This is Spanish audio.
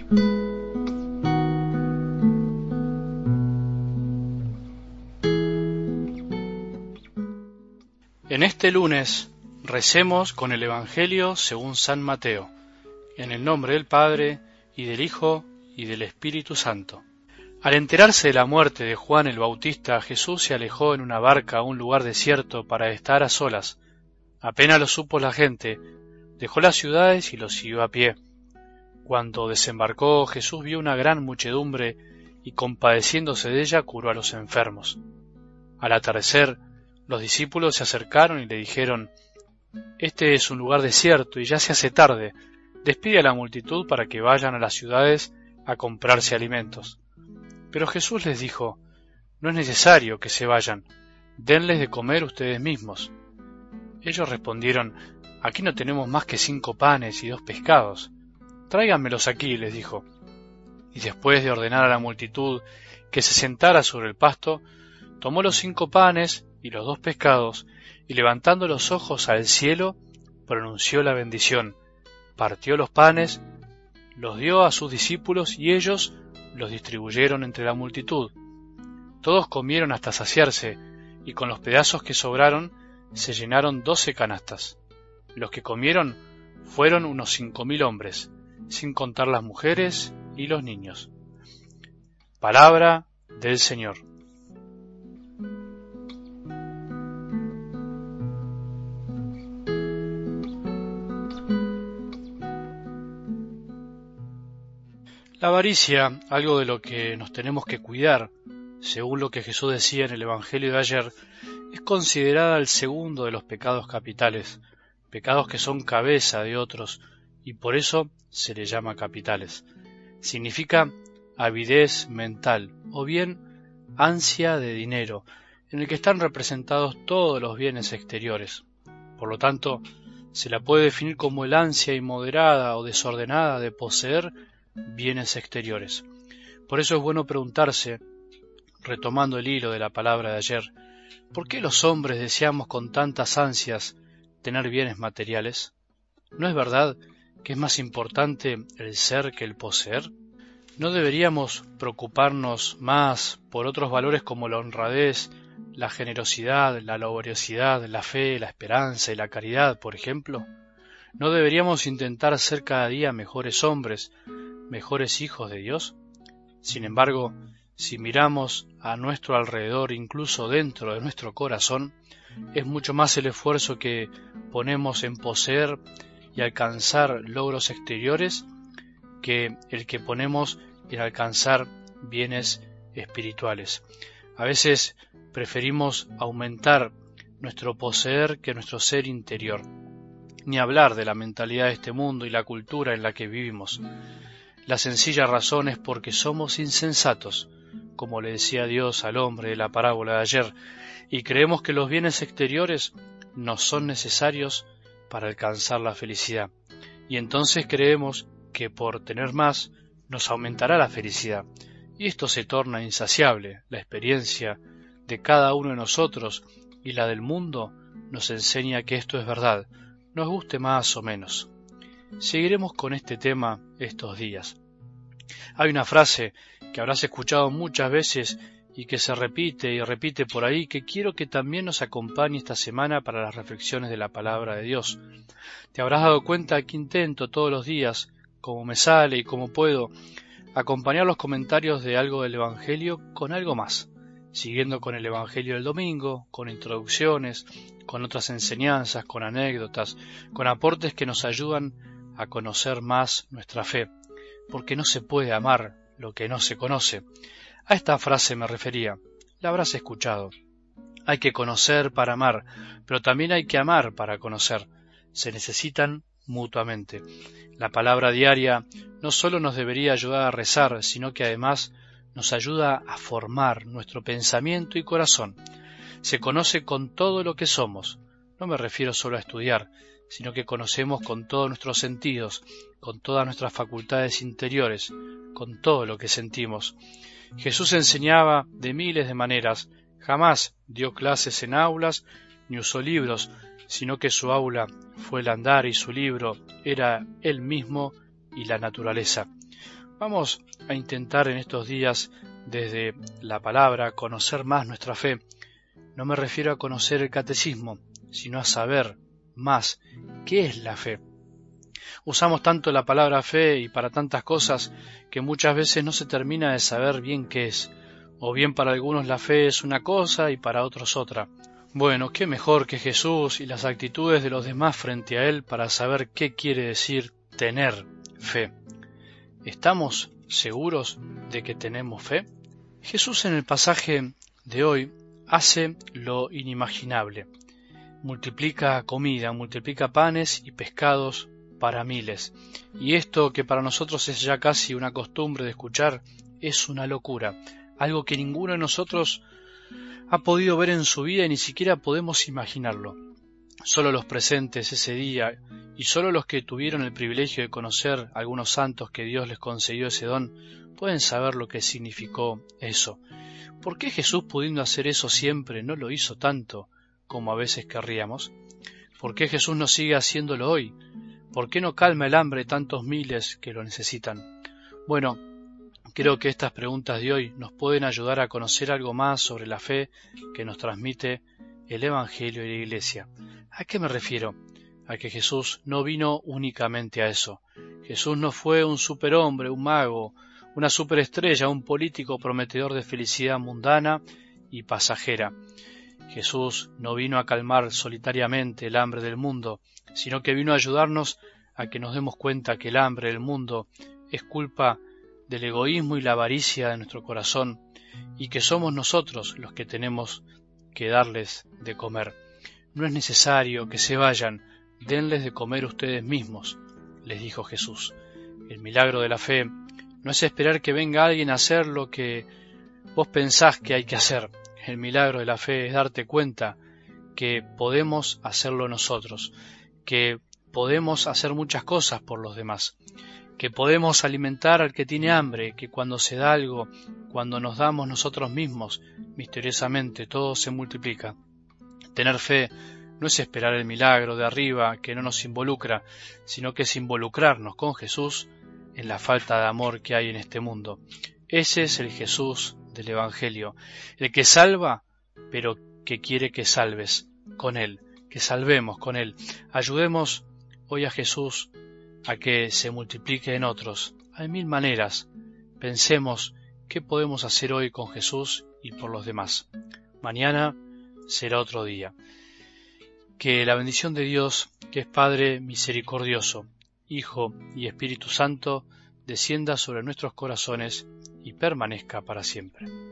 En este lunes recemos con el Evangelio según San Mateo, en el nombre del Padre, y del Hijo, y del Espíritu Santo. Al enterarse de la muerte de Juan el Bautista, Jesús se alejó en una barca a un lugar desierto para estar a solas. Apenas lo supo la gente, dejó las ciudades y lo siguió a pie. Cuando desembarcó, Jesús vio una gran muchedumbre y compadeciéndose de ella curó a los enfermos. Al atardecer, los discípulos se acercaron y le dijeron: «Este es un lugar desierto y ya se hace tarde. Despide a la multitud para que vayan a las ciudades a comprarse alimentos». Pero Jesús les dijo: «No es necesario que se vayan, denles de comer ustedes mismos». Ellos respondieron: «Aquí no tenemos más que 5 panes y 2 pescados. Tráiganmelos aquí», les dijo. Y después de ordenar a la multitud que se sentara sobre el pasto, tomó los 5 panes y los 2 pescados, y levantando los ojos al cielo, pronunció la bendición, partió los panes, los dio a sus discípulos y ellos los distribuyeron entre la multitud. Todos comieron hasta saciarse, y con los pedazos que sobraron se llenaron 12 canastas. Los que comieron fueron unos 5.000 hombres, sin contar las mujeres y los niños. Palabra del Señor. La avaricia, algo de lo que nos tenemos que cuidar, según lo que Jesús decía en el Evangelio de ayer, es considerada el segundo de los pecados capitales, pecados que son cabeza de otros, y por eso se le llama capitales. Significa avidez mental, o bien ansia de dinero, en el que están representados todos los bienes exteriores. Por lo tanto, se la puede definir como el ansia inmoderada o desordenada de poseer bienes exteriores. Por eso es bueno preguntarse, retomando el hilo de la palabra de ayer, ¿por qué los hombres deseamos con tantas ansias tener bienes materiales? ¿No es verdad que es más importante el ser que el poseer? ¿No deberíamos preocuparnos más por otros valores como la honradez, la generosidad, la laboriosidad, la fe, la esperanza y la caridad, por ejemplo? ¿No deberíamos intentar ser cada día mejores hombres, mejores hijos de Dios? Sin embargo, si miramos a nuestro alrededor, incluso dentro de nuestro corazón, es mucho más el esfuerzo que ponemos en poseer y alcanzar logros exteriores que el que ponemos en alcanzar bienes espirituales. A veces preferimos aumentar nuestro poseer que nuestro ser interior, ni hablar de la mentalidad de este mundo y la cultura en la que vivimos. La sencilla razón es porque somos insensatos, como le decía Dios al hombre de la parábola de ayer, y creemos que los bienes exteriores nos son necesarios para alcanzar la felicidad. Y entonces creemos que por tener más nos aumentará la felicidad. Y esto se torna insaciable. La experiencia de cada uno de nosotros y la del mundo nos enseña que esto es verdad, nos guste más o menos. Seguiremos con este tema estos días. Hay una frase que habrás escuchado muchas veces y que se repite y repite por ahí, que quiero que también nos acompañe esta semana para las reflexiones de la palabra de Dios. Te habrás dado cuenta que intento todos los días, como me sale y como puedo, acompañar los comentarios de algo del Evangelio con algo más, siguiendo con el Evangelio del domingo, con introducciones, con otras enseñanzas, con anécdotas, con aportes que nos ayudan a conocer más nuestra fe, porque no se puede amar lo que no se conoce. A esta frase me refería, la habrás escuchado. Hay que conocer para amar, pero también hay que amar para conocer. Se necesitan mutuamente. La palabra diaria no solo nos debería ayudar a rezar, sino que además nos ayuda a formar nuestro pensamiento y corazón. Se conoce con todo lo que somos. No me refiero solo a estudiar, sino que conocemos con todos nuestros sentidos, con todas nuestras facultades interiores, con todo lo que sentimos. Jesús enseñaba de miles de maneras, jamás dio clases en aulas ni usó libros, sino que su aula fue el andar y su libro era él mismo y la naturaleza. Vamos a intentar en estos días, desde la palabra, conocer más nuestra fe. No me refiero a conocer el catecismo, sino a saber más qué es la fe. Usamos tanto la palabra fe y para tantas cosas que muchas veces no se termina de saber bien qué es. O bien para algunos la fe es una cosa y para otros otra. Bueno, qué mejor que Jesús y las actitudes de los demás frente a Él para saber qué quiere decir tener fe. ¿Estamos seguros de que tenemos fe? Jesús en el pasaje de hoy hace lo inimaginable. Multiplica comida, multiplica panes y pescados para miles. Y esto que para nosotros es ya casi una costumbre de escuchar, es una locura. Algo que ninguno de nosotros ha podido ver en su vida y ni siquiera podemos imaginarlo. Solo los presentes ese día y solo los que tuvieron el privilegio de conocer a algunos santos que Dios les concedió ese don pueden saber lo que significó eso. ¿Por qué Jesús, pudiendo hacer eso siempre, no lo hizo tanto como a veces querríamos? ¿Por qué Jesús no sigue haciéndolo hoy? ¿Por qué no calma el hambre de tantos miles que lo necesitan? Bueno, creo que estas preguntas de hoy nos pueden ayudar a conocer algo más sobre la fe que nos transmite el Evangelio y la Iglesia. ¿A qué me refiero? A que Jesús no vino únicamente a eso. Jesús no fue un superhombre, un mago, una superestrella, un político prometedor de felicidad mundana y pasajera. Jesús no vino a calmar solitariamente el hambre del mundo, sino que vino a ayudarnos a que nos demos cuenta que el hambre del mundo es culpa del egoísmo y la avaricia de nuestro corazón y que somos nosotros los que tenemos que darles de comer. No es necesario que se vayan, denles de comer ustedes mismos, les dijo Jesús. El milagro de la fe no es esperar que venga alguien a hacer lo que vos pensás que hay que hacer. El milagro de la fe es darte cuenta que podemos hacerlo nosotros, que podemos hacer muchas cosas por los demás, que podemos alimentar al que tiene hambre, que cuando se da algo, cuando nos damos nosotros mismos, misteriosamente todo se multiplica. Tener fe no es esperar el milagro de arriba que no nos involucra, sino que es involucrarnos con Jesús en la falta de amor que hay en este mundo. Ese es el Jesús del Evangelio, el que salva, pero que quiere que salves con Él, que salvemos con Él. Ayudemos hoy a Jesús a que se multiplique en otros. Hay mil maneras. Pensemos qué podemos hacer hoy con Jesús y por los demás. Mañana será otro día. Que la bendición de Dios, que es Padre misericordioso, Hijo y Espíritu Santo, descienda sobre nuestros corazones y permanezca para siempre.